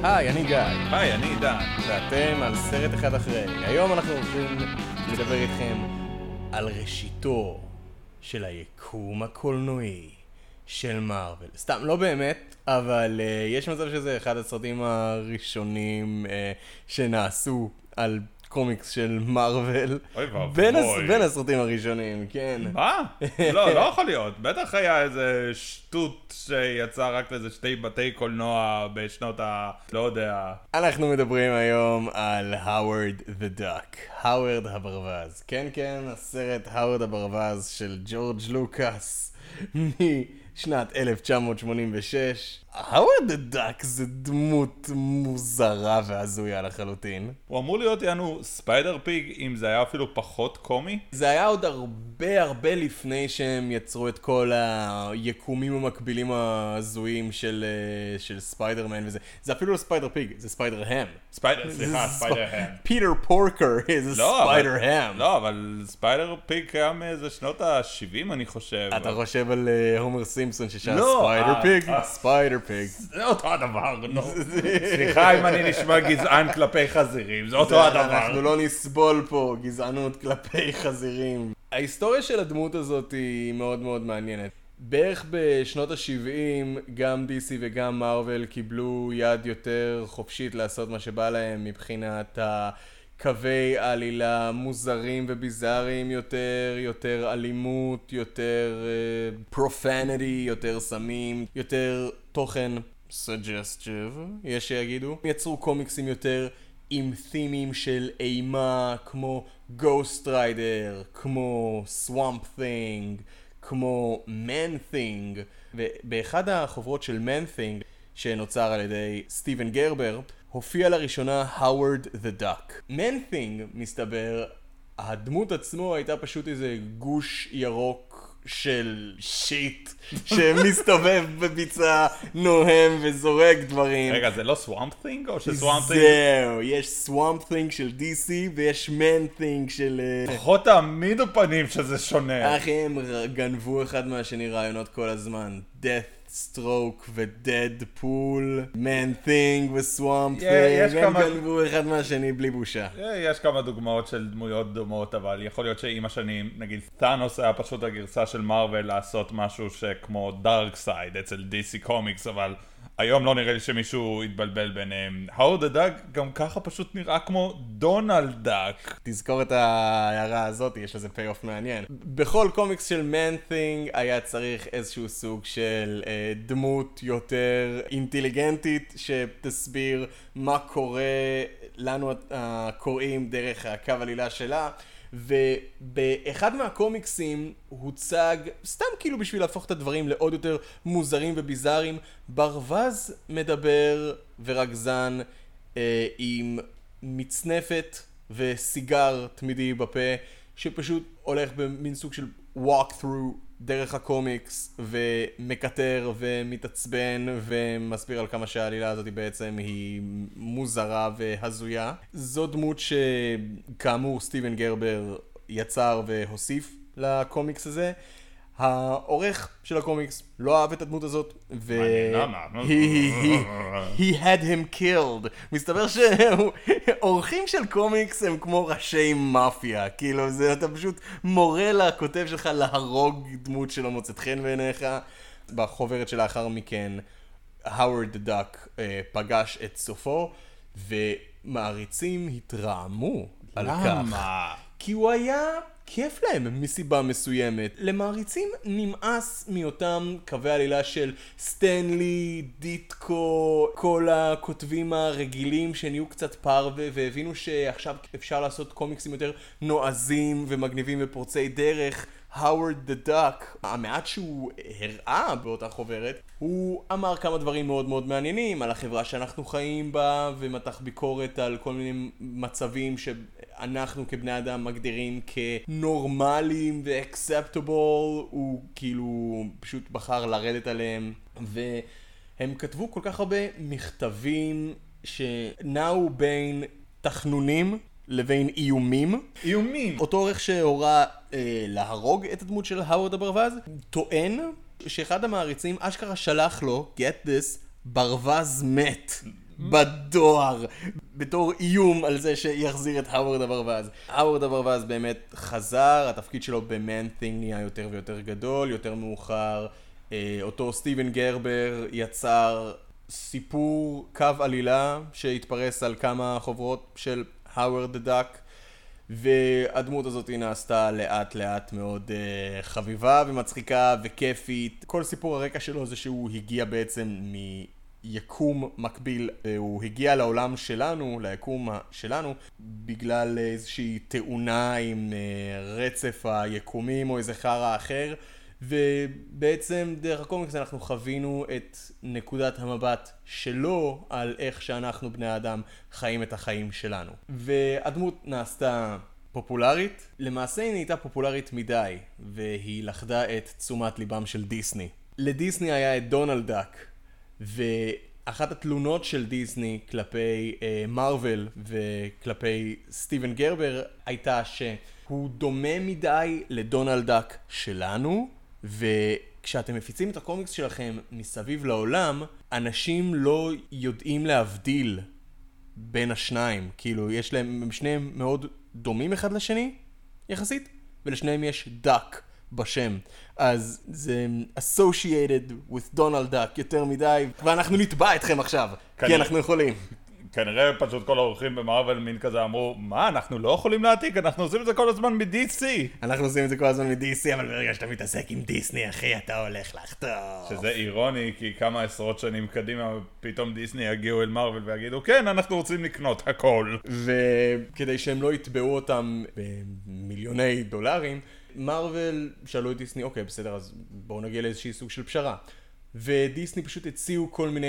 היי, אני גיא. היי, אני עידן. ואתם על סרט אחד אחרי. היום אנחנו הולכים לדבר איתכם על ראשיתו של היקום הקולנועי של מארוול. סתם, לא באמת, אבל יש מצב שזה אחד הסרטים הראשונים שנעשו על קומיקס של מארוול. אוי ואבוי. בין הסרטים הראשונים, כן. מה? לא יכול להיות. בטח היה איזה שטות שיצא רק לאיזה שתי בתי קולנוע בשנות לא יודע. אנחנו מדברים היום על האוורד the Duck. האוורד הברווז. כן, כן, הסרט האוורד הברווז של ג'ורג' לוקאס משנת 1986. האוורד the Duck זה דמות מוזרה והזויה לחלוטין. הוא אמור להיות יענו ספיידר פיג אם זה היה אפילו פחות קומי. זה היה עוד הרבה לפני שהם יצרו את כל היקומים המקבילים הזויים של ספיידרמן וזה. זה אפילו לא ספיידר פיג, זה ספיידר הם. ספיידר הם. פיטר פורקר is a ספיידר הם. לא, אבל ספיידר פיג קיים מאיזה שנות ה-70 אני חושב. אתה חושב על הומר סימפסון ששאל ספיידר פיג? ספיידר פיג. זה אותו הדבר, נו. סליחה אם אני נשמע גזען כלפי חזירים, זה אותו הדבר. אנחנו לא נסבול פה גזענות כלפי חזירים. ההיסטוריה של הדמות הזאת היא מאוד מאוד מעניינת. בערך בשנות ה-70 גם DC וגם מארוול קיבלו יד יותר חופשית לעשות מה שבא להם מבחינת קווי העלילה מוזרים וביזאריים יותר אלימות, יותר profanity, יותר סמים, יותר תוכן suggestive, יש שיגידו. יצרו קומיקסים יותר עם תימים של אימה כמו Ghost Rider, כמו Swamp Thing, כמו Man Thing, ובאחד החוברות של Man Thing שנוצר על ידי סטיבן גרבר הופיע לראשונה האוורד the Duck. Man Thing, מסתבר, הדמות עצמו הייתה פשוט איזה גוש ירוק של שיט שמסתובב בביצה, נוהם וזורק דברים. רגע, זה לא Swamp Thing או ש-Swamp Thing? זהו, יש Swamp Thing של DC ויש Man Thing של... פחות תעמידו פנים שזה שונה. אחי, הם גנבו אחד מהשני רעיונות כל הזמן. Death Stroke ו-Deadpool, Man Thing ו-Swamp Thing, הם גנבו אחד מהשני בלי בושה. יש כמה דוגמאות של דמויות דומות, אבל יכול להיות שעם השנים, נגיד, תאנוס היה פשוט הגרסה של מארוול לעשות משהו שכמו Darkseid אצל DC Comics, אבל היום לא נראה לי שמישהו יתבלבל ביניהם. האוורד the Duck גם ככה פשוט נראה כמו דונלד דאק. תזכור את ההערה הזאת, יש לזה פי-אוף מעניין. בכל קומיקס של Man Thing היה צריך איזשהו סוג של דמות יותר אינטליגנטית שתסביר מה קורה לנו הקוראים דרך הקו עלילה שלה. ובאחד מהקומיקסים הוצג, סתם כאילו בשביל להפוך את הדברים לעוד יותר מוזרים וביזאריים, ברווז מדבר ורגזן עם מצנפת וסיגר תמידי בפה, שפשוט הולך במין סוג של walk through דרך הקומיקס ומקטר ומתעצבן ומסביר על כמה שהעלילה הזאת בעצם היא מוזרה והזויה. זו דמות שכאמור סטיבן גרבר יצר והוסיף לקומיקס הזה. העורך של הקומיקס לא אהב את הדמות הזאת he had him killed. מסתבר שעורכים של קומיקס הם כמו ראשי מאפיה, כאילו זה אתה פשוט מורה לכותב שלך להרוג דמות שלא מוצאת חן בעיניך. בחוברת שלאחר מכן האוורד the Duck פגש את סופו ומעריצים התרעמו על כך כי הוא היה כיף להם מסיבה מסוימת. למעריצים נמאס מאותם קווי עלילה של סטנלי, דיטקו, כל הכותבים הרגילים שנהיו קצת פרווה והבינו שעכשיו אפשר לעשות קומיקסים יותר נועזים ומגניבים ופורצי דרך. האוורד the Duck, המעט שהוא הראה באותה חוברת, הוא אמר כמה דברים מאוד מאוד מעניינים על החברה שאנחנו חיים בה ומתח ביקורת על כל מיני מצבים שאנחנו כבני אדם מגדירים כנורמליים ו-acceptable. הוא כאילו פשוט בחר לרדת עליהם והם כתבו כל כך הרבה מכתבים שנעו בין תחנונים לבין איומים. אותו עורך שהורה להרוג את הדמות של האוורד הברווז טוען שאחד המעריצים אשכרה שלח לו, get this, ברווז מת בדואר, בתור איום על זה שיחזיר את האוורד הברווז. האוורד הברווז באמת חזר, התפקיד שלו ב-Man Thing נהיה יותר ויותר גדול, יותר מאוחר. אותו סטיבן גרבר יצר סיפור קו עלילה שהתפרס על כמה חוברות של האוורד הדאק, והדמות הזאת נעשתה לאט לאט מאוד חביבה ומצחיקה וכיפית. כל סיפור הרקע שלו זה שהוא הגיע בעצם מיקום מקביל, הוא הגיע לעולם שלנו, ליקום שלנו, בגלל איזושהי תאונה עם רצף היקומים או איזה חרא אחר, ובעצם דרך הקומיקס אנחנו חווינו את נקודת המבט שלו על איך שאנחנו בני האדם חיים את החיים שלנו. והדמות נעשתה פופולרית, למעשה היא נהייתה פופולרית מדי, והיא לחדה את תשומת ליבם של דיסני. לדיסני היה את דונלד דאק, ואחת התלונות של דיסני כלפי מארוול וכלפי סטיבן גרבר הייתה שהוא דומה מדי לדונלד דאק שלנו, וכשאתם מפיצים את הקומיקס שלכם מסביב לעולם, אנשים לא יודעים להבדיל בין השניים. כאילו, יש להם, הם שניהם מאוד דומים אחד לשני, יחסית, ולשניהם יש דאק בשם. אז זה associated with Donald Duck יותר מדי, ואנחנו נתבע אתכם עכשיו, כי אנחנו יכולים. כנראה פשוט כל האורחים במארוול מין כזה אמרו, מה, אנחנו לא יכולים להעתיק, אנחנו עושים את זה כל הזמן מ-DC. אנחנו עושים את זה כל הזמן מ-DC, אבל ברגע שאתה מתעסק עם דיסני, אחי, אתה הולך לחטוף. שזה אירוני, כי כמה עשרות שנים קדימה, פתאום דיסני יגיעו אל מארוול ויגידו, כן, אנחנו רוצים לקנות הכל. וכדי שהם לא יתבעו אותם במיליוני דולרים, מארוול שאלו את דיסני, אוקיי, בסדר, אז בואו נגיע לאיזושהי סוג של פשרה. ודיסני פשוט הציעו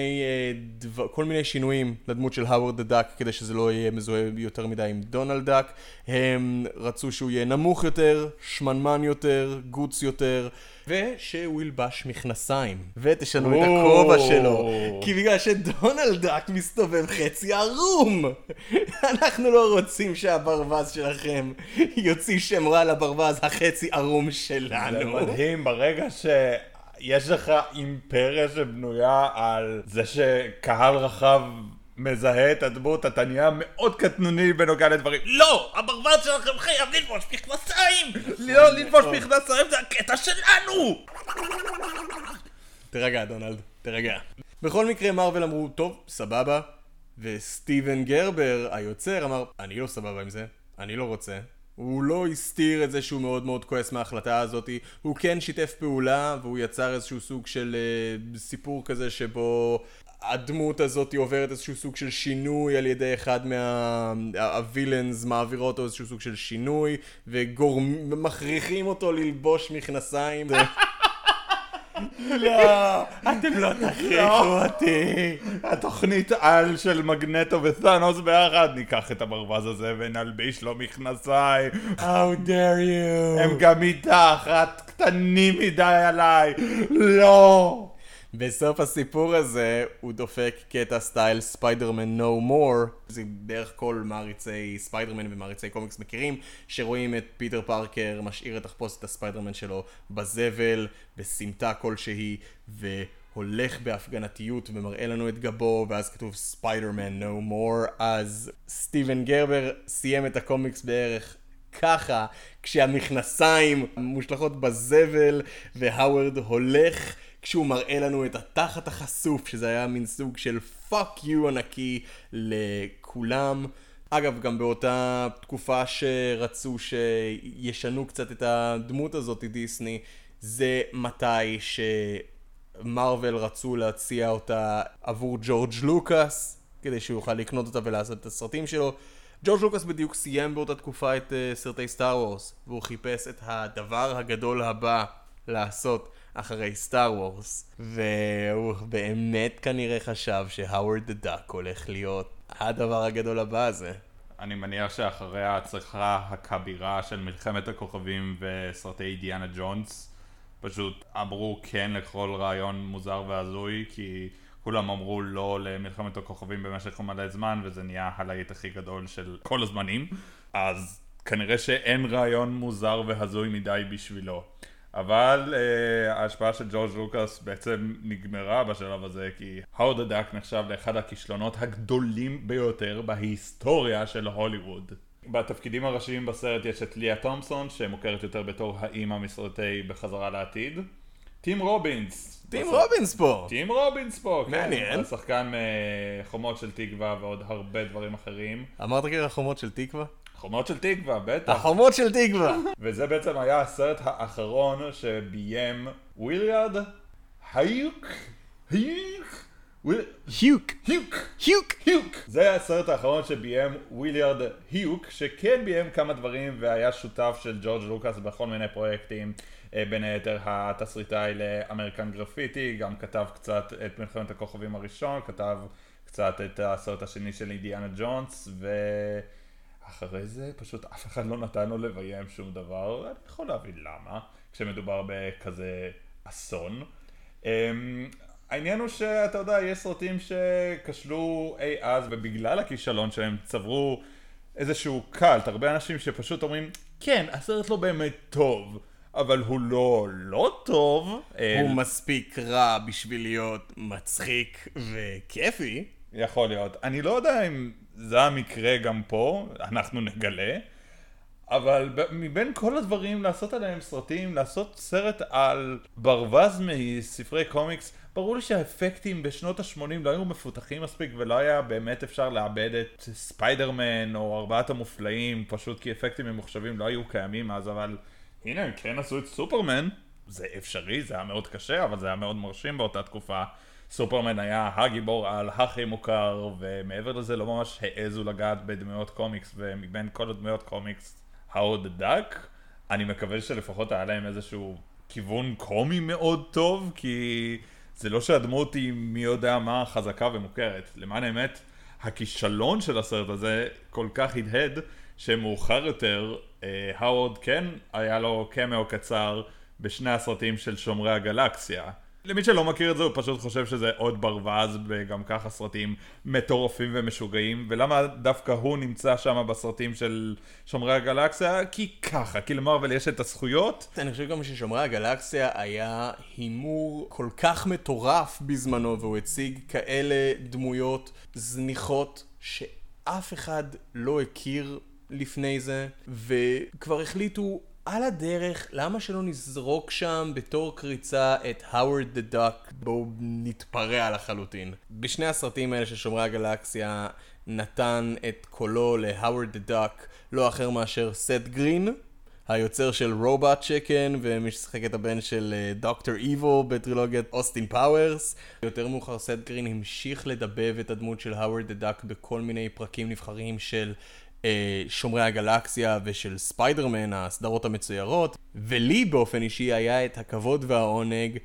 כל מיני שינויים לדמות של האוורד הדאק כדי שזה לא יהיה מזוהה יותר מדי עם דונלד דאק. הם רצו שהוא יהיה נמוך יותר, שמנמן יותר, גוץ יותר, ושהוא ילבש מכנסיים ותשנו את הכובע שלו, כי בגלל שדונלד דאק מסתובב חצי ערום. אנחנו לא רוצים שהברווז שלכם יוציא שם רע לברווז החצי ערום שלנו. זה מדהים, ברגע יש לך אימפריה שבנויה על זה שקהל רחב מזהה את הדמות, אתה נהיה מאוד קטנוני בנוגע לדברים. לא! הברווז שלכם חייב ללבוש מכנסיים! לא ללבוש מכנסיים, זה הקטע שלנו! תרגע, דונלד, תרגע. בכל מקרה, מארוול אמרו, טוב, סבבה. וסטיבן גרבר, היוצר, אמר, אני לא סבבה עם זה, אני לא רוצה. הוא לא הסתיר את זה שהוא מאוד מאוד כועס מההחלטה הזאת, הוא כן שיתף פעולה והוא יצר איזשהו סוג של סיפור כזה שבו הדמות הזאת עוברת איזשהו סוג של שינוי על ידי אחד מהווילנס, מעביר אותו איזשהו סוג של שינוי ומכריחים אותו ללבוש מכנסיים. לא, אתם לא תכריחו אותי. התוכנית על של מגנטו ות'אנוס ביחד, ניקח את הברווז הזה ונלביש לו מכנסיים. How dare you. הם גם מתחת, קטנים מדי עליי. לא. בסוף הסיפור הזה הוא דופק קטע סטייל ספיידרמן No More. זה בערך כל מעריצי ספיידרמן ומעריצי קומיקס מכירים, שרואים את פיטר פארקר משאיר את תחפושת הספיידרמן שלו בזבל, בסמטה כלשהי, והולך בהפגנתיות ומראה לנו את גבו, ואז כתוב ספיידרמן No More. אז סטיבן גרבר סיים את הקומיקס בערך ככה, כשהמכנסיים מושלכות בזבל והאוורד הולך, כשהוא מראה לנו את התחת החשוף, שזה היה מין סוג של fuck you ענקי לכולם. אגב, גם באותה תקופה שרצו שישנו קצת את הדמות הזאת, דיסני, זה מתי שמרוול רצו להציע אותה עבור ג'ורג' לוקאס, כדי שהוא יוכל לקנות אותה ולעשות את הסרטים שלו. ג'ורג' לוקאס בדיוק סיים באותה תקופה את סרטי סטאר וורס, והוא חיפש את הדבר הגדול הבא לעשות אחרי סטאר וורס, והוא באמת כנראה חשב שהאוורד הדאק הולך להיות הדבר הגדול הבא הזה. אני מניח שאחרי ההצלחה הכבירה של מלחמת הכוכבים וסרטי דיאנה ג'ונס, פשוט אמרו כן לכל רעיון מוזר והזוי, כי כולם אמרו לא למלחמת הכוכבים במשך מלא זמן, וזה נהיה הלהיט הכי גדול של כל הזמנים, אז כנראה שאין רעיון מוזר והזוי מדי בשבילו. אבל ההשפעה של ג'ורג' לוקאס בעצם נגמרה בשלב הזה, כי האוורד דה דאק נחשב לאחד הכישלונות הגדולים ביותר בהיסטוריה של הוליווד. בתפקידים הראשיים בסרט יש את ליה תומפסון, שמוכרת יותר בתור האימא מסרטי בחזרה לעתיד. טים רובינס. טים רובינס פה. טים רובינס פה, מעניין. כן. השחקן חומות של תקווה ועוד הרבה דברים אחרים. אמרת כאילו החומות של תקווה? חומות של תקווה, בטח. החומות של תקווה. וזה בעצם היה הסרט האחרון שביים וויליארד היוק. היוק. זה היה הסרט האחרון שביים וויליארד היוק, שכן ביים כמה דברים והיה שותף של ג'ורג' לוקאס בכל מיני פרויקטים, בין היתר התסריטאי לאמריקן גרפיטי, גם כתב קצת את מלחמת הכוכבים הראשון, כתב קצת את הסרט השני של אינדיאנה ג'ונס, ואחרי זה פשוט אף אחד לא נתן לו לביים שום דבר. אני יכול להבין למה, כשמדובר בכזה אסון. העניין הוא שאתה יודע, יש סרטים שכשלו אי אז, ובגלל הכישלון שהם צברו איזשהו קלט, הרבה אנשים שפשוט אומרים, כן, הסרט לא באמת טוב, אבל הוא לא טוב. הוא מספיק רע בשביל להיות מצחיק וכיפי. יכול להיות. אני לא יודע אם זה המקרה גם פה, אנחנו נגלה. אבל מבין כל הדברים לעשות עליהם סרטים, לעשות סרט על ברווז מספרי קומיקס, ברור לי שהאפקטים בשנות ה-80 לא היו מפותחים מספיק ולא היה באמת אפשר לאבד את ספיידרמן או ארבעת המופלאים, פשוט כי אפקטים ממוחשבים לא היו קיימים אז, אבל הנה הם כן עשו את סופרמן, זה אפשרי, זה היה מאוד קשה, אבל זה היה מאוד מרשים באותה תקופה. סופרמן היה הגיבור על הכי מוכר, ומעבר לזה לא ממש העזו לגעת בדמויות קומיקס, ומבין כל הדמויות קומיקס, האוורד דה דאק, אני מקווה שלפחות היה להם איזשהו כיוון קומי מאוד טוב, כי זה לא שהדמות היא מי יודע מה חזקה ומוכרת. למען האמת, הכישלון של הסרט הזה כל כך הדהד, שמאוחר יותר, האוורד כן היה לו קמאו קצר בשני הסרטים של שומרי הגלקסיה. למי שלא מכיר את זה, הוא פשוט חושב שזה עוד ברווז, וגם ככה סרטים מטורפים ומשוגעים, ולמה דווקא הוא נמצא שם בסרטים של שומרי הגלקסיה? כי ככה, כי למרוול יש את הזכויות. אני חושב גם ששומרי הגלקסיה היה הימור כל כך מטורף בזמנו, והוא הציג כאלה דמויות זניחות שאף אחד לא הכיר לפני זה, וכבר החליטו על הדרך, למה שלא נזרוק שם בתור קריצה את האוורד דה דאק, בואו נתפרע לחלוטין. בשני הסרטים האלה של שומרי הגלקסיה נתן את קולו להאוורד דה דאק לא אחר מאשר סט גרין, היוצר של רובוט צ'יקן ומי ששחק את הבן של דוקטור איבו בטרילוגיית אוסטין פאוורס. יותר מאוחר סט גרין המשיך לדבב את הדמות של האוורד דה דאק בכל מיני פרקים נבחרים של שומרי הגלקסיה ושל ספיידרמן, הסדרות המצוירות, ולי באופן אישי היה את הכבוד והעונג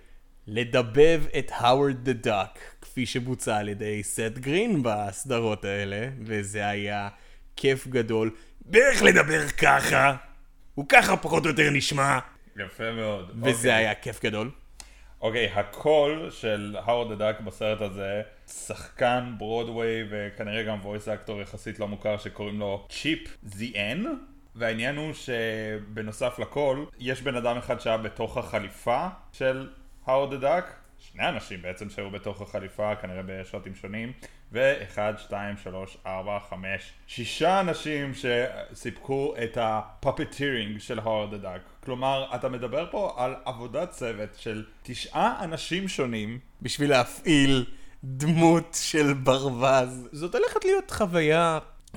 לדבב את האוורד דה דאק, כפי שבוצע על ידי סט גרין בסדרות האלה, וזה היה כיף גדול. בערך לדבר ככה, הוא ככה פחות או יותר נשמע. יפה מאוד. וזה היה כיף גדול. אוקיי, הקול של האוורד דה דאק בסרט הזה, שחקן ברודוויי וכנראה גם וויס אקטור יחסית לא מוכר שקוראים לו צ'יפ זי-אן, והעניין הוא שבנוסף לקול, יש בן אדם אחד שהיה בתוך החליפה של האוורד דה דאק, שני אנשים בעצם שהיו בתוך החליפה, כנראה בשוטים שונים, ואחד, שתיים, שלוש, ארבע, חמש, 6 אנשים שסיפקו את הפאפטירינג של האוורד דה דאק. כלומר, אתה מדבר פה על עבודת צוות של 9 אנשים שונים בשביל להפעיל דמות של ברווז. זאת הולכת להיות חוויה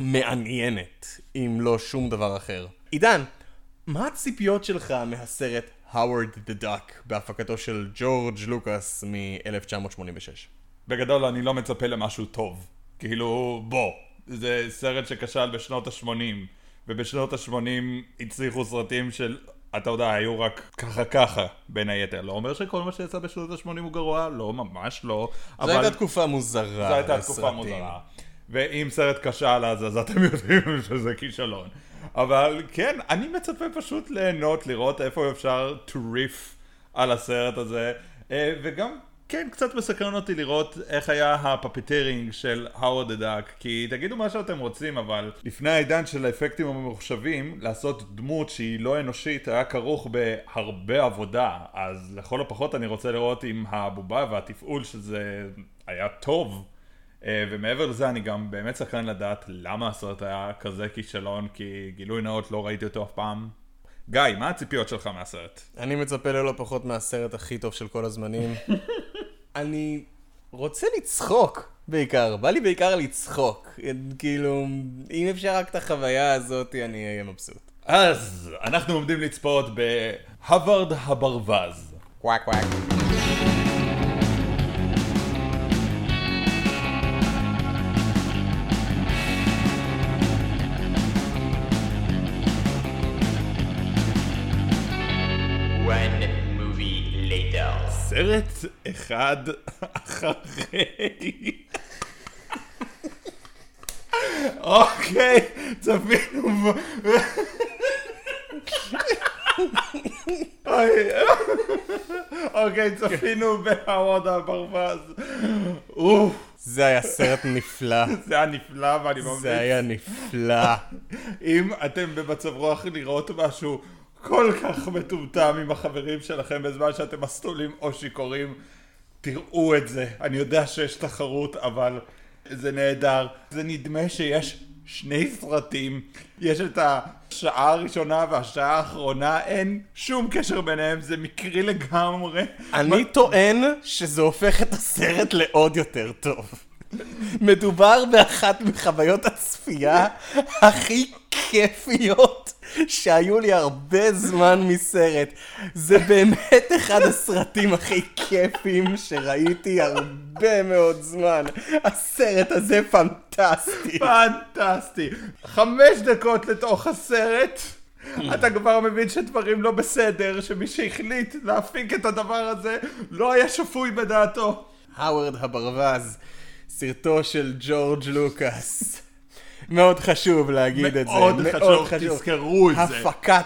מעניינת, אם לא שום דבר אחר. עידן, מה הציפיות שלך מהסרט האוורד דה דאק בהפקתו של ג'ורג' לוקאס מ-1986? בגדול אני לא מצפה למשהו טוב. כאילו, בוא, זה סרט שכשל בשנות ה-80, ובשנות ה-80 הצליחו סרטים של, אתה יודע, היו רק ככה בין היתר. לא אומר שכל מה שיצא בשנות ה-80 הוא גרוע, לא, ממש לא. זו הייתה תקופה מוזרה. זו הייתה תקופה מוזרה. ואם סרט כשל אז אתם יודעים שזה כישלון. אבל כן, אני מצפה פשוט ליהנות, לראות איפה אפשר to riff על הסרט הזה. וגם כן, קצת מסקרן אותי לראות איך היה הפפיטרינג של האוורד הדאק, כי תגידו מה שאתם רוצים, אבל לפני העידן של האפקטים הממוחשבים, לעשות דמות שהיא לא אנושית היה כרוך בהרבה עבודה, אז לכל הפחות אני רוצה לראות אם הבובה והתפעול של זה היה טוב, ומעבר לזה אני גם באמת סקרן לדעת למה הסרט היה כזה כישלון, כי גילוי נאות לא ראיתי אותו אף פעם. גיא, מה הציפיות שלך מהסרט? אני מצפה לא פחות מהסרט הכי טוב של כל הזמנים. אני רוצה לצחוק בעיקר, בא לי בעיקר לצחוק. כאילו, אם אפשר רק את החוויה הזאת, אני אהיה מבסוט. אז אנחנו עומדים לצפות בהווארד הברווז. קוואק קוואק. סרט אחד אחרי. אוקיי, צפינו. אוקיי, צפינו בהווארד הברווז. זה היה סרט נפלא. זה היה נפלא ואני ממליץ. זה היה נפלא. אם אתם במצב רוח לראות משהו כל כך מטומטם עם החברים שלכם בזמן שאתם מסטולים או שיכורים, תראו את זה. אני יודע שיש תחרות, אבל זה נהדר. זה נדמה שיש שני סרטים. יש את השעה הראשונה והשעה האחרונה, אין שום קשר ביניהם, זה מקרי לגמרי. אני טוען שזה הופך את הסרט לעוד יותר טוב. מדובר באחת מחוויות הצפייה הכי כיפיות שהיו לי הרבה זמן מסרט. זה באמת אחד הסרטים הכי כיפים שראיתי הרבה מאוד זמן. הסרט הזה פנטסטי. פנטסטי. 5 דקות לתוך הסרט אתה כבר מבין שדברים לא בסדר, שמי שהחליט להפיק את הדבר הזה לא היה שפוי בדעתו. האוורד הברווז, סרטו של ג'ורג' לוקאס. מאוד חשוב להגיד את זה. מאוד חשוב, תזכרו את זה. הפקת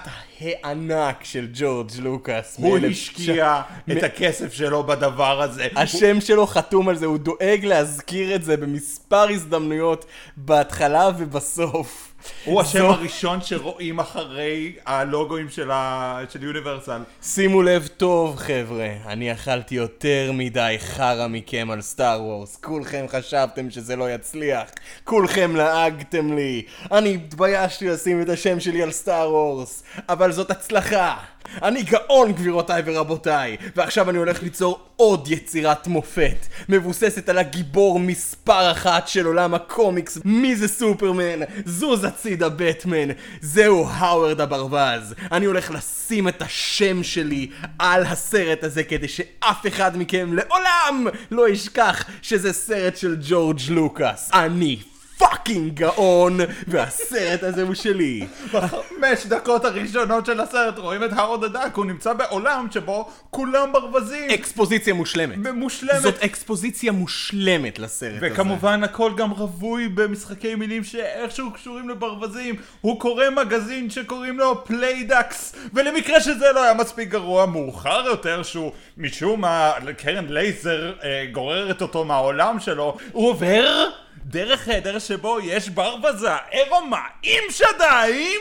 הענק של ג'ורג' לוקאס. הוא השקיע את הכסף שלו בדבר הזה. השם שלו חתום על זה, הוא דואג להזכיר את זה במספר הזדמנויות בהתחלה ובסוף. הוא השם הראשון שרואים אחרי הלוגוים של יוניברסל. שימו לב טוב חבר'ה, אני אכלתי יותר מדי חרה מכם על סטאר וורס. כולכם חשבתם שזה לא יצליח, כולכם לעגתם לי. אני התביישתי לשים את השם שלי על סטאר וורס, אבל זאת הצלחה. אני גאון גבירותיי ורבותיי, ועכשיו אני הולך ליצור עוד יצירת מופת מבוססת על הגיבור מספר 1 של עולם הקומיקס. מי זה סופרמן? זוז הצידה בטמן. זהו האוורד הברווז. אני הולך לשים את השם שלי על הסרט הזה כדי שאף אחד מכם לעולם לא ישכח שזה סרט של ג'ורג' לוקאס. אני פאקינג גאון, והסרט הזה הוא שלי. ב5 דקות הראשונות של הסרט רואים את האוורד הדאק, הוא נמצא בעולם שבו כולם ברווזים. אקספוזיציה מושלמת. מושלמת. זאת אקספוזיציה מושלמת לסרט הזה. וכמובן הכל גם רווי במשחקי מילים שאיכשהו קשורים לברווזים. הוא קורא מגזין שקוראים לו פליידקס, ולמקרה שזה לא היה מספיק גרוע, מאוחר יותר שהוא משום מה קרן לייזר גוררת אותו מהעולם שלו, הוא עובר דרך חדר שבו יש ברווזה עירומה עם שדיים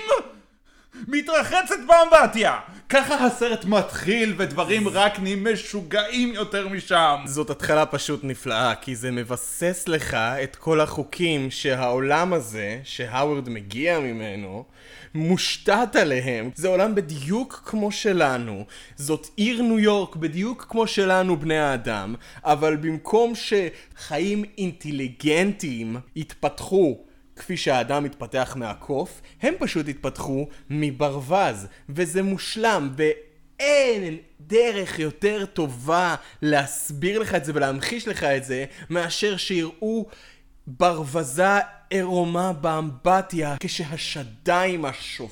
מתרחצת באמבטיה. ככה הסרט מתחיל ודברים רק נהיים משוגעים יותר משם. זאת התחלה פשוט נפלאה, כי זה מבסס לך את כל החוקים שהעולם הזה, שהאוורד מגיע ממנו, מושתת עליהם. זה עולם בדיוק כמו שלנו, זאת עיר ניו יורק בדיוק כמו שלנו בני האדם, אבל במקום שחיים אינטליגנטיים יתפתחו כפי שהאדם מתפתח מהקוף, הם פשוט התפתחו מברווז, וזה מושלם, ואין דרך יותר טובה להסביר לך את זה ולהמחיש לך את זה מאשר שיראו ברווזה עירומה באמבטיה כשהשדיים השופעים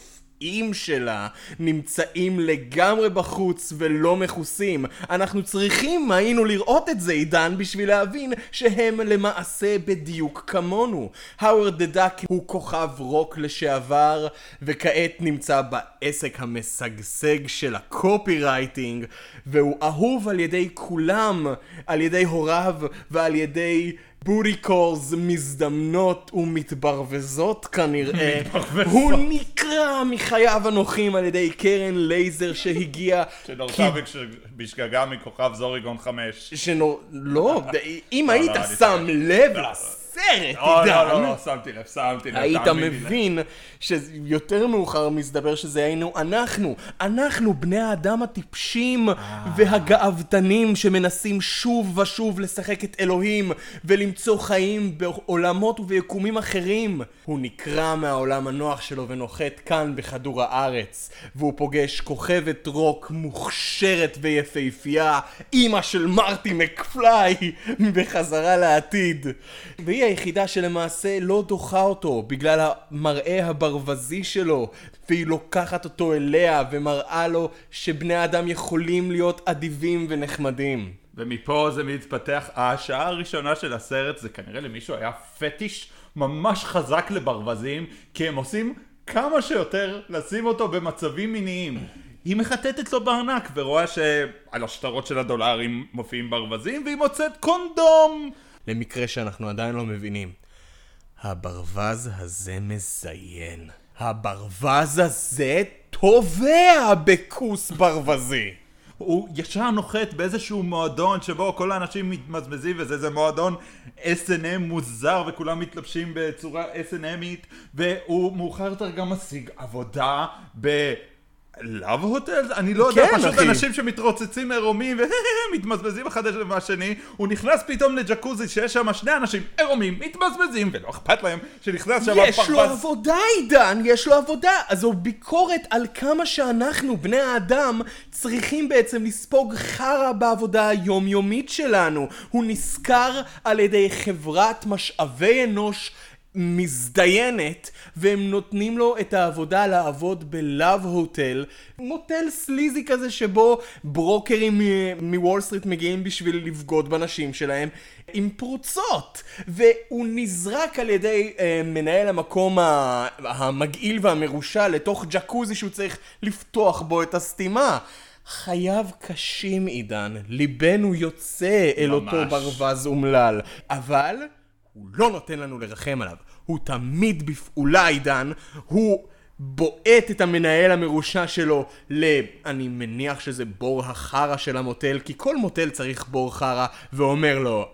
הרופאים שלה נמצאים לגמרי בחוץ ולא מכוסים. אנחנו צריכים היינו לראות את זה, עידן, בשביל להבין שהם למעשה בדיוק כמונו. האוורד דה דאק הוא כוכב רוק לשעבר, וכעת נמצא בעסק המשגשג של הקופי רייטינג, והוא אהוב על ידי כולם, על ידי הוריו ועל ידי בוטי קולס מזדמנות ומתברווזות כנראה. הוא נקרא מחייו הנוחים על ידי קרן לייזר שהגיע שנורתה בשגגה מכוכב זוריגון 5. לא, אם היית שם לב לסרט, עידן, לא, שמתי לב. היית מבין שיותר מאוחר מסתבר שזה היינו אנחנו בני האדם הטיפשים והגאוותנים שמנסים שוב ושוב לשחק את אלוהים ולמצוא חיים בעולמות וביקומים אחרים. הוא נקרא מהעולם הנוח שלו ונוחת כאן בכדור הארץ, והוא פוגש כוכבת רוק מוכשרת ויפהפייה, אמא של מרטי מקפליי בחזרה לעתיד, והיא היחידה שלמעשה לא דוחה אותו בגלל המראה הברווזי שלו, והיא לוקחת אותו אליה ומראה לו שבני האדם יכולים להיות אדיבים ונחמדים. ומפה זה מתפתח. השעה הראשונה של הסרט זה כנראה למישהו היה פטיש ממש חזק לברווזים, כי הם עושים כמה שיותר לשים אותו במצבים מיניים. היא מחטטת לו בארנק ורואה שעל השטרות של הדולרים מופיעים ברווזים, והיא מוצאת קונדום. למקרה שאנחנו עדיין לא מבינים, הברווז הזה מזיין. הברווז הזה תובע בכוס ברווזי. הוא ישר נוחת באיזשהו מועדון שבו כל האנשים מתמזמזים, וזה מועדון S&M מוזר וכולם מתלבשים בצורה S&Mית, והוא מאוחר יותר גם משיג עבודה לאב הוטל? אני לא יודע, פשוט אנשים שמתרוצצים עירומים ומתמזמזים אחד מהשני. הוא נכנס פתאום לג'קוזי שיש שם שני אנשים עירומים, מתמזמזים, ולא אכפת להם שנכנס שם יש לו עבודה, עידן, יש לו עבודה. אז זו ביקורת על כמה שאנחנו, בני האדם, צריכים בעצם לספוג חרא בעבודה היומיומית שלנו. הוא נזכר על ידי חברת משאבי אנוש מזדיינת, והם נותנים לו את העבודה לעבוד בלאב הוטל, מוטל סליזי כזה שבו ברוקרים מוול סטריט מגיעים בשביל לבגוד בנשים שלהם עם פרוצות, והוא נזרק על ידי מנהל המקום המגעיל והמרושע לתוך ג'קוזי שהוא צריך לפתוח בו את הסתימה. חייו קשים, עידן, ליבנו יוצא אל אותו ברווז אומלל, אבל הוא לא נותן לנו לרחם עליו. הוא תמיד בפעולה, עידן. הוא בועט את המנהל המרושע שלו אני מניח שזה בור החרה של המוטל, כי כל מוטל צריך בור חרה, ואומר לו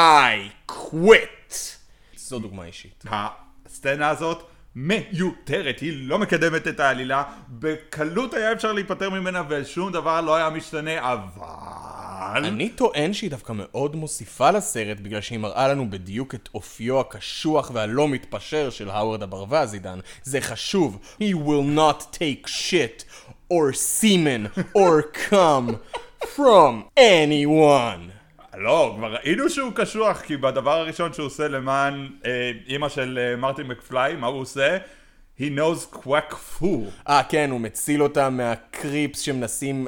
I quit. זו דוגמה אישית. הסצנה הזאת מיותרת, היא לא מקדמת את העלילה, בקלות היה אפשר להיפטר ממנה ושום דבר לא היה משתנה, אבל אני טוען שהיא דווקא מאוד מוסיפה לסרט, בגלל שהיא מראה לנו בדיוק את אופיו הקשוח והלא מתפשר של האוורד הברווז, עידן. זה חשוב. He will not take shit or semen or come from anyone. לא, כבר ראינו שהוא קשוח, כי בדבר הראשון שהוא עושה למען אמא של מרטין מקפליי, מה הוא עושה? He knows quack foo. כן, הוא מציל אותה מהקריפס שמנסים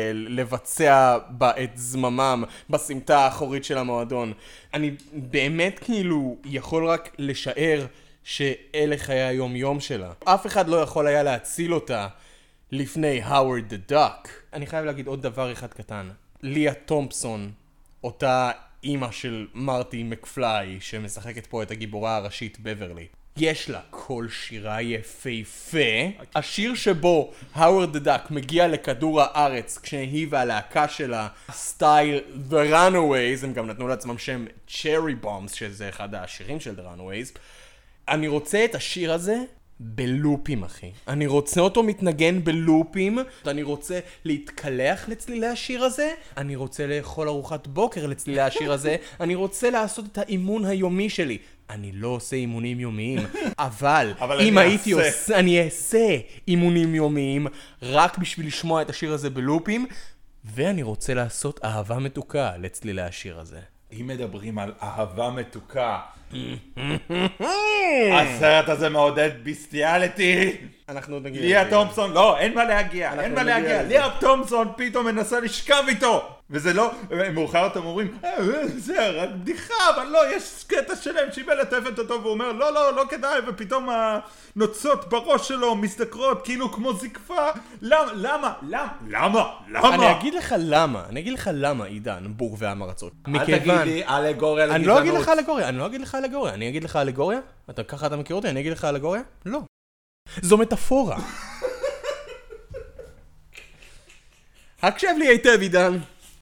לבצע את זממם בסמטה האחורית של המועדון. אני באמת כאילו יכול רק לשער שאלה חיי היום יום שלה. אף אחד לא יכול היה להציל אותה לפני האוורד דה דאק. אני חייב להגיד עוד דבר אחד קטן. ליה תומפסון, אותה אימא של מרטי מקפליי שמשחקת פה את הגיבורה הראשית בברלי, יש לה קול שירה יפהפה. השיר שבו האוורד דה דאק מגיע לכדור הארץ כשהיא והלהקה שלה סטייל The Runaways, הם גם נתנו לעצמם שם Cherry Bombs, שזה אחד השירים של The Runaways. אני רוצה את השיר הזה בלופים, אחי. אני רוצה אותו מתנגן בלופים. אני רוצה להתקלח לצלילי השיר הזה. אני רוצה לאכול ארוחת בוקר לצלילי השיר הזה. אני רוצה לעשות את האימון היומי שלי. אני לא עושה אימונים יומיים, אבל אם הייתי עושה, אני אעשה אימונים יומיים רק בשביל לשמוע את השיר הזה בלופים, ואני רוצה לעשות אהבה מתוקה לצלילי השיר הזה. אם מדברים על אהבה מתוקה, הסרט הזה מעודד ביסטיאליטי. אנחנו נגיד... ליה תומפסון, לא, אין מה להגיע. ליה תומפסון פתאום מנסה לשכב איתו. וזה לא, מאוחר אתם אומרים, זה רק בדיחה, אבל לא, יש קטע שלם שהיא מלטפת אותו והוא אומר, לא כדאי, ופתאום הנוצות בראש שלו מסתכרות כאילו כמו זקפה. למה? אני אגיד לך למה, עידן, בור והמרצות. אל תגיד לי אלגוריה לגזענות. אני לא אגיד לך אלגוריה. ככה אתה מכיר אותי, אני אגיד לך אלגוריה? לא. זו מטאפורה. הקשב לי היטב, עידן.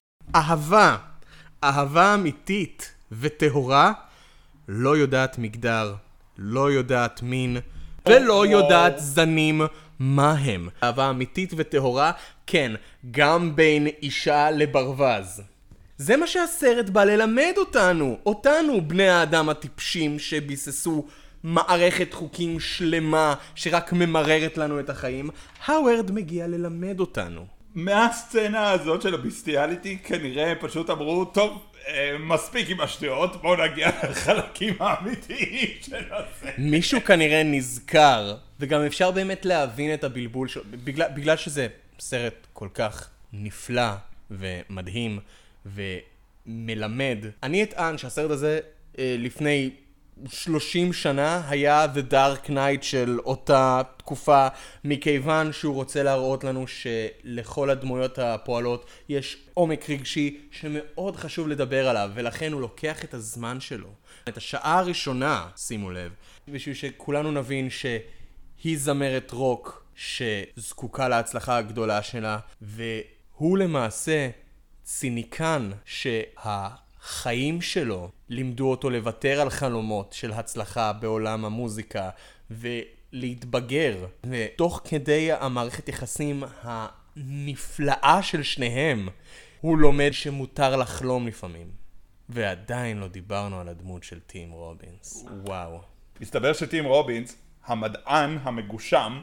אהבה אמיתית וטהורה לא יודעת מגדר, לא יודעת מין ולא יודעת זנים מה הם. אהבה אמיתית וטהורה, כן, גם בין אישה לברווז. זה מה שהסרט בא ללמד אותנו בני האדם הטיפשים שביססו מערכת חוקים שלמה שרק ממררת לנו את החיים. האוורד מגיע ללמד אותנו. מהסצנה הזאת של הביסטיאליטי כנראה פשוט אמרו, טוב, מספיק עם השטויות, בואו נגיע לחלקים האמיתיים של הסרט. מישהו כנראה נזכר, וגם אפשר באמת להבין את הבלבול שלו, בגלל שזה סרט כל כך נפלא ומדהים ומלמד. אני אטען שהסרט הזה לפני 30 שנה היה The Dark Knight של אותה תקופה, מכיוון שהוא רוצה להראות לנו שלכל הדמויות הפועלות יש עומק רגשי שמאוד חשוב לדבר עליו, ולכן הוא לוקח את הזמן שלו. את השעה הראשונה, שימו לב, בשביל שכולנו נבין שהיא זמרת רוק שזקוקה להצלחה הגדולה שלה, והוא למעשה ציניקן החיים שלו לימדו אותו לוותר על חלומות של הצלחה בעולם המוזיקה ולהתבגר. ותוך כדי המערכת יחסים הנפלאה של שניהם, הוא לומד שמותר לחלום לפעמים. ועדיין לא דיברנו על הדמות של טים רובינס. וואו. מסתבר שטים רובינס, המדען המגושם,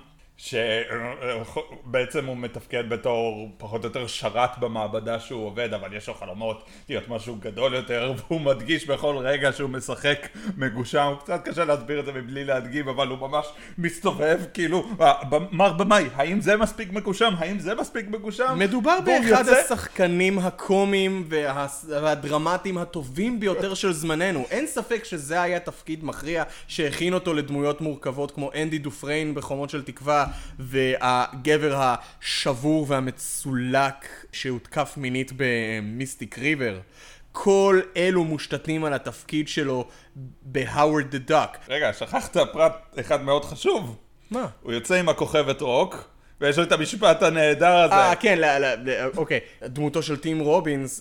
שבעצם הוא מתפקד בתור פחות או יותר שרת במעבדה שהוא עובד, אבל יש לו חלומות להיות משהו גדול יותר, והוא מדגיש בכל רגע שהוא משחק מגושם. קצת קשה להסביר את זה מבלי להדגים, אבל הוא ממש מסתובב כאילו, מר במאי, האם זה מספיק מגושם? מדובר באחד השחקנים הקומיים והדרמטיים הטובים ביותר של זמננו. אין ספק שזה היה תפקיד מכריע שהכין אותו לדמויות מורכבות כמו אנדי דופריין בחומות של תקווה, והגבר השבור והמצולק שהותקף מינית במיסטיק ריבר. כל אלו מושתתים על התפקיד שלו בהאוורד דה דאק. רגע, שכחת פרט אחד מאוד חשוב. מה? הוא יוצא עם הכוכבת רוק, ויש לו את המשפט הנהדר הזה. כן, אוקיי. דמותו של טים רובינס,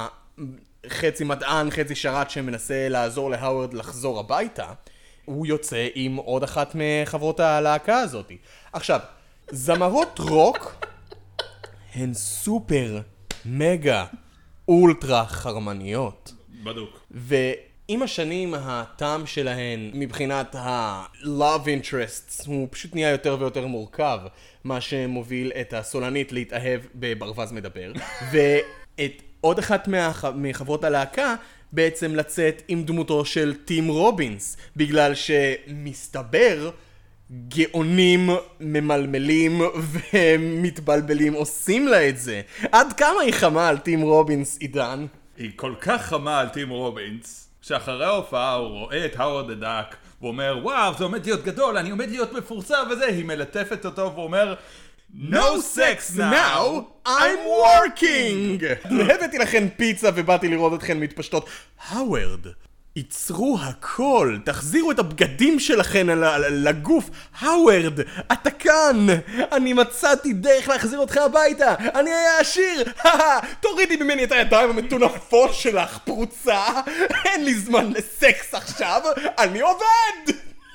חצי מדען, חצי שרת שמנסה לעזור להאוורד לחזור הביתה, הוא יוצא עם עוד אחת מחברות הלהקה הזאת. עכשיו, זמרות רוק הן סופר, מגה, אולטרה חרמניות. בדוק. ועם השנים הטעם שלהן מבחינת ה-love interests הוא פשוט נהיה יותר ויותר מורכב, מה שמוביל את הסולנית להתאהב בברווז מדבר, ואת עוד אחת מחברות הלהקה בעצם לצאת עם דמותו של טים רובינס, בגלל שמסתבר גאונים ממלמלים ומתבלבלים עושים לה את זה. עד כמה היא חמה על טים רובינס, עידן? היא כל כך חמה על טים רובינס, שאחרי ההופעה הוא רואה את האוורד דה דאק, והוא אומר, וואו, זה עומד להיות גדול, אני עומד להיות מפורסם וזה, היא מלטפת אותו ואומר, No sex now, I'm working! הבאתי לכם פיצה ובאתי לראות אתכן מתפשטות. האוורד, ייצרו הכל, תחזירו את הבגדים שלכן לגוף. האוורד, אתה כאן! אני מצאתי דרך להחזיר אותך הביתה! אני אהיה עשיר! תורידי ממני את הידיים המטונפות שלך, פרוצה! אין לי זמן לסקס עכשיו! אני עובד!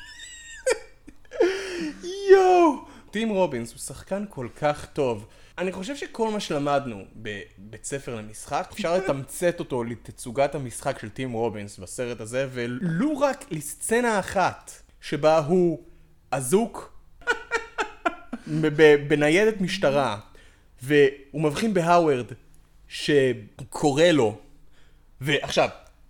יואו! טים רובינס הוא שחקן כל כך טוב. אני חושב שכל מה שלמדנו בבית ספר למשחק, אפשר לתמצת אותו לתצוגת המשחק של טים רובינס בסרט הזה, ולו רק לסצנה אחת שבה הוא אזוק בניידת משטרה, והוא מבחין בהאוורד שקורא לו. ועכשיו,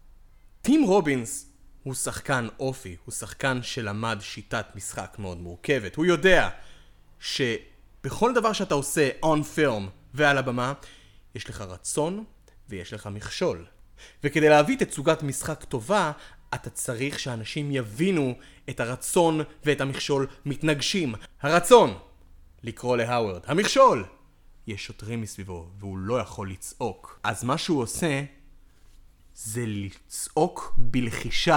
טים רובינס הוא שחקן אופי, הוא שחקן שלמד שיטת משחק מאוד מורכבת. הוא יודע שבכל דבר שאתה עושה on film ועל הבמה, יש לך רצון ויש לך מכשול. וכדי להביא תצוגת משחק טובה, אתה צריך שאנשים יבינו את הרצון ואת המכשול מתנגשים. הרצון, לקרוא להאוורד. המכשול, יש שוטרים מסביבו והוא לא יכול לצעוק. אז מה שהוא עושה זה לצעוק בלחישה.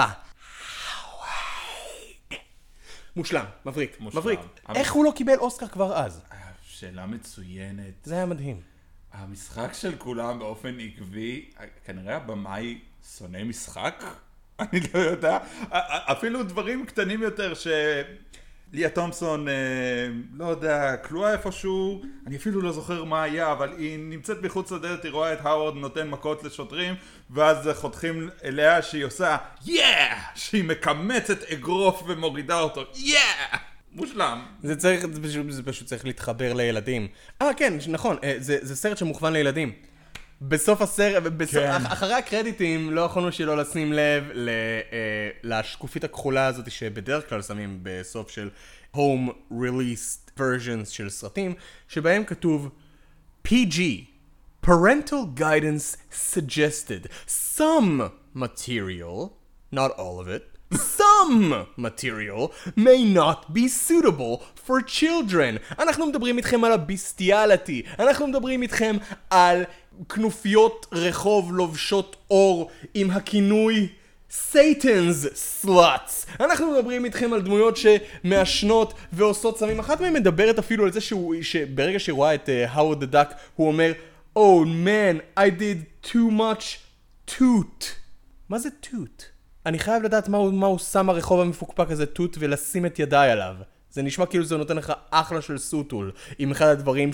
מושלם, מבריק, מבריק. איך הוא לא קיבל אוסקר כבר אז? שאלה מצוינת. זה היה מדהים. המשחק של כולם באופן עקבי, כנראה הבמאי שונא משחק? אני לא יודע. אפילו דברים קטנים יותר ליה תומפסון, לא יודע, כלואה איפשהו, אני אפילו לא זוכר מה היה, אבל היא נמצאת מחוץ לדלת, היא רואה את האוורד נותן מכות לשוטרים, ואז חותכים אליה שהיא עושה שהיא מקמצת אגרוף ומורידה אותו, מושלם. זה פשוט צריך להתחבר לילדים. כן, נכון, זה סרט שמוכוון לילדים. בסוף הסרט, אחרי הקרדיטים לא יכולנו שלא לשים לב לשקופית הכחולה הזאת שבדרך כלל שמים בסוף של home released versions של סרטים, שבהם כתוב PG, parental guidance suggested, some material, not all of it, some material may not be suitable for children. אנחנו מדברים איתכם על הביסטיאליטי, אנחנו מדברים איתכם על כנופיות רחוב לובשות אור עם הכינוי Satan's sluts. אנחנו מדברים איתכם על דמויות שמעשנות ועושות סמים. אחת מהן מדברת אפילו על זה שברגע שהיא רואה את Howard the Duck הוא אומר Oh man, I did too much toot. מה זה toot? אני חייב לדעת מה הוא שם הרחוב המפוקפק הזה toot ולשים את ידיי עליו. זה נשמע כאילו זה נותן לך אחלה של סוטול, עם אחד הדברים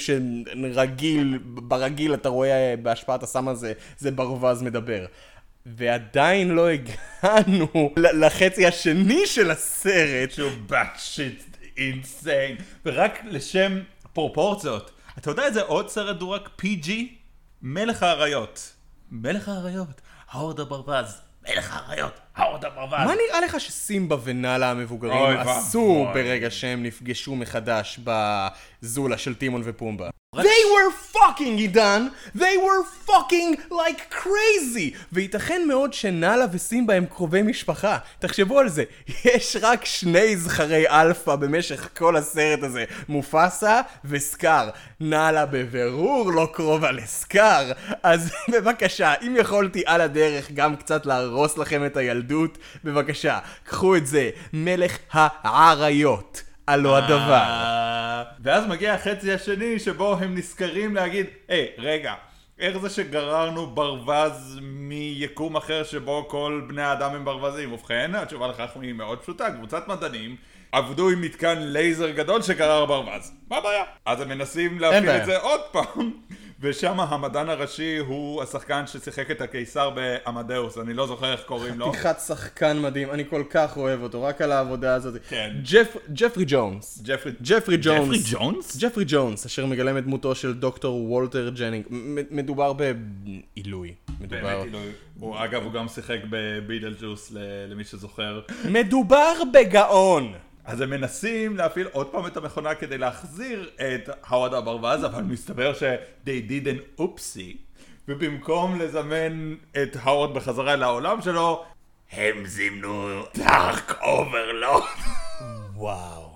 ברגיל אתה רואה בהשפעת הסם הזה, זה ברווז מדבר. ועדיין לא הגענו לחצי השני של הסרט. שהוא batshit insane. ורק לשם פרופורציות, אתה יודע איזה עוד סרט דורק PG? מלך האריות. מלך האריות, האוורד הברווז. מלך האריות, האוורד הברווז. מה נראה לך שסימבה ונאלה המבוגרים עשו ברגע שהם נפגשו מחדש בזולה של טימון ופומבה? They were fucking, עידן! They were fucking like crazy! וייתכן מאוד שנאלה וסימבה הם קרובי משפחה. תחשבו על זה, יש רק 2 זכרי אלפא במשך כל הסרט הזה, מופסה וסקאר. נאלה בבירור לא קרובה לסקאר. אז בבקשה, אם יכולתי על הדרך גם קצת להרוס לכם את הילדות, בבקשה, קחו את זה, מלך האריות. הלא הדבר. ואז מגיע החצי השני שבו הם נזכרים להגיד, רגע, איך זה שגררנו ברווז מיקום אחר שבו כל בני האדם הם ברווזים? ובכן, התשובה לכך היא מאוד פשוטה, קבוצת מדענים עבדו עם מתקן לייזר גדול שגרר ברווז. מה הבעיה? אז הם מנסים להפעיל את זה עוד פעם. ושם המדען הראשי הוא השחקן ששיחק את הקיסר באמדאוס, אני לא זוכר איך קוראים לו. חתיכת שחקן מדהים, אני כל כך אוהב אותו, רק על העבודה הזאת. כן. ג'פרי ג'ונס. ג'פרי ג'ונס? ג'פרי ג'ונס, אשר מגלם את דמותו של דוקטור וולטר ג'נינג. מדובר בעילוי. באמת עילוי. אגב, הוא גם שיחק בביטלג'וס, למי שזוכר. מדובר בגאון. אז הם מנסים להפעיל עוד פעם את המכונה כדי להחזיר את האוורד הברווז, אבל מסתבר they did an oopsie, ובמקום לזמן את האוורד בחזרה לעולם שלו, הם זימנו דארק אוברלורד. וואו.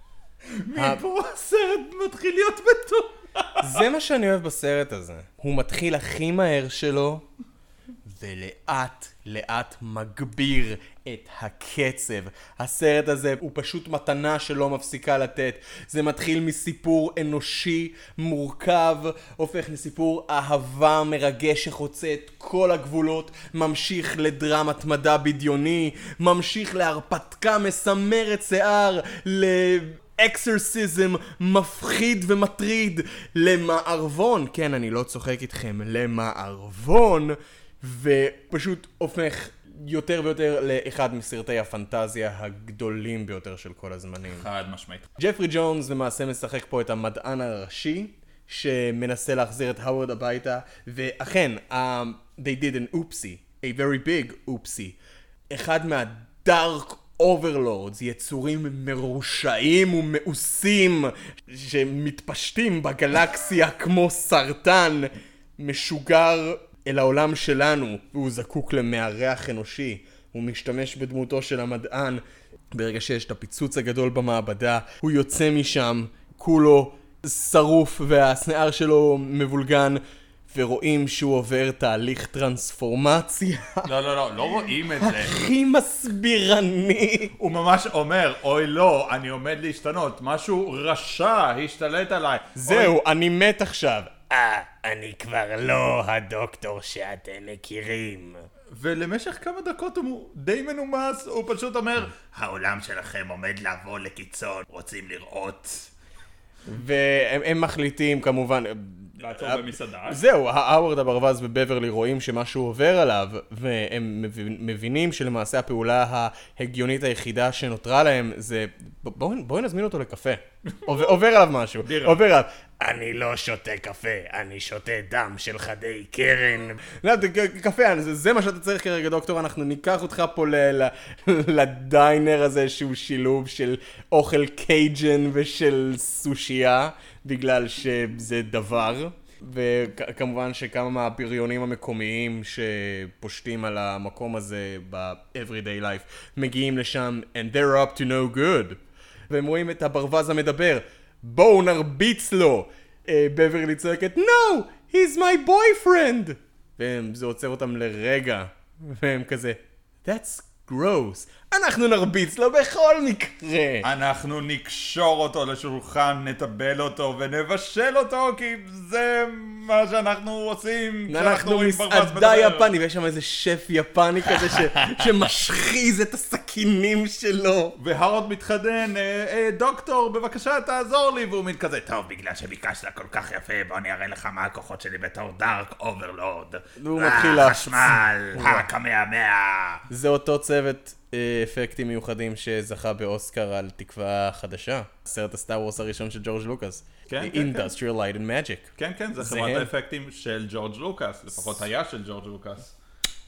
מפה הסרט מתחיל להיות בטוח. זה מה שאני אוהב בסרט הזה. הוא מתחיל הכי מהר שלו, ולאט לאט מגביר את הקצב. הסרט הזה הוא פשוט מתנה שלא מפסיקה לתת. זה מתחיל מסיפור אנושי מורכב, הופך לסיפור אהבה מרגש שחוצה את כל הגבולות, ממשיך לדרמת מדע בדיוני, ממשיך להרפתקה מסמרת שיער, אקסרסיזם מפחיד ומטריד, למערבון, כן, אני לא צוחק איתכם, למערבון, ופשוט הופך יותר ויותר לאחד מסרטי הפנטזיה הגדולים ביותר של כל הזמנים. חד משמעית. ג'פרי ג'ונס למעשה משחק פה את המדען הראשי, שמנסה להחזיר את האוורד הביתה, ואכן, they did an oopsie. a very big oopsie. אחד מהדארק אוברלורדס, יצורים מרושעים ומאוסים שמתפשטים בגלקסיה כמו סרטן, משוגר אל העולם שלנו, והוא זקוק למארח אנושי. הוא משתמש בדמותו של המדען. ברגע שיש את הפיצוץ הגדול במעבדה, הוא יוצא משם, כולו שרוף והשיער שלו מבולגן, ורואים שהוא עובר תהליך טרנספורמציה. לא רואים את זה. הכי מסבירני. הוא ממש אומר, אוי לא, אני עומד להשתנות, משהו רשע השתלט עליי. זהו, אני מת עכשיו. אני כבר לא הדוקטור שאתם מכירים. ולמשך כמה דקות הוא די מנומס, הוא פשוט אומר, העולם שלכם עומד לעבור לקיצון, רוצים לראות. והם מחליטים כמובן... לעצור במסעדה. זהו, האוורד הברווז בבברלי רואים שמשהו עובר עליו, והם מבינים שלמעשה הפעולה ההגיונית היחידה שנותרה להם זה... בואי נזמין אותו לקפה. עובר עליו משהו. עובר עליו. אני לא שותה קפה, אני שותה דם של חדי קרן. קפה, זה מה שאתה צריך כרגע, דוקטור. אנחנו ניקח אותך פה לדיינר הזה שהוא שילוב של אוכל קייג'ן ושל סושייה, בגלל שזה דבר. וכמובן שכמה מהבריונים המקומיים שפושטים על המקום הזה ב-everyday life מגיעים לשם, and they're up to no good. והם רואים את הברווז המדבר. בואו נרביץ לו. בברלי צועקת, No, he's my boyfriend. וזה עוצר אותם לרגע. והם כזה, That's gross. אנחנו נרביץ לו בכל מקרה. אנחנו נקשור אותו לשולחן, נטבל אותו ונבשל אותו, כי זה מה שאנחנו עושים. אנחנו מסעדה יפני, ויש שם איזה שף יפני כזה שמשחיז את הסכינים שלו. והרוט מתחדן, דוקטור, בבקשה תעזור לי. והוא מת כזה, טוב, בגלל שביקשת כל כך יפה, בוא אני אראה לך מה הכוחות שלי בתור דארק אוברלורד. והוא מתחיל חשמל, הקמהמאה. זה אותו צוות אפקטים מיוחדים שזכה באוסקר על תקווה חדשה. סרט הסטאר וורס הראשון של ג'ורג' לוקאס. Industrial Light and Magic. כן, כן, זה חברת האפקטים של ג'ורג' לוקאס, לפחות היה של ג'ורג' לוקאס.